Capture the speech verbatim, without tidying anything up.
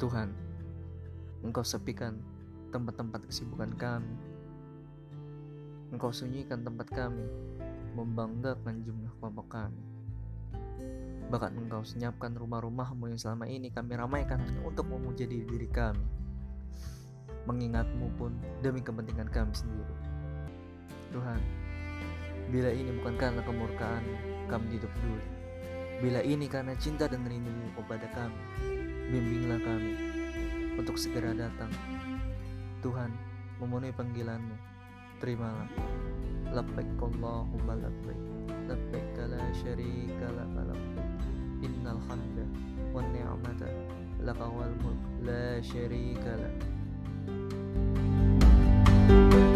Tuhan, Engkau sepikan tempat-tempat kesibukan kami. Engkau sunyikan tempat kami membanggakan jumlah kelompok kami. Bahkan Engkau senyapkan rumah-rumahmu yang selama ini kami ramaikan hanya untuk memuja diri, diri kami. Mengingatmu pun demi kepentingan kami sendiri. Tuhan, bila ini bukan karena kemurkaan, kami tidak peduli. Bila ini karena cinta dan rindumu kepada kami, bimbinglah kami untuk segera datang. Tuhan, memenuhi panggilanmu, terimalah. Labbaik Allahumma labbaik, labbaik la syarika laka labbaik, innal hamda wan ni'mata laka wal mulk la syarika lak.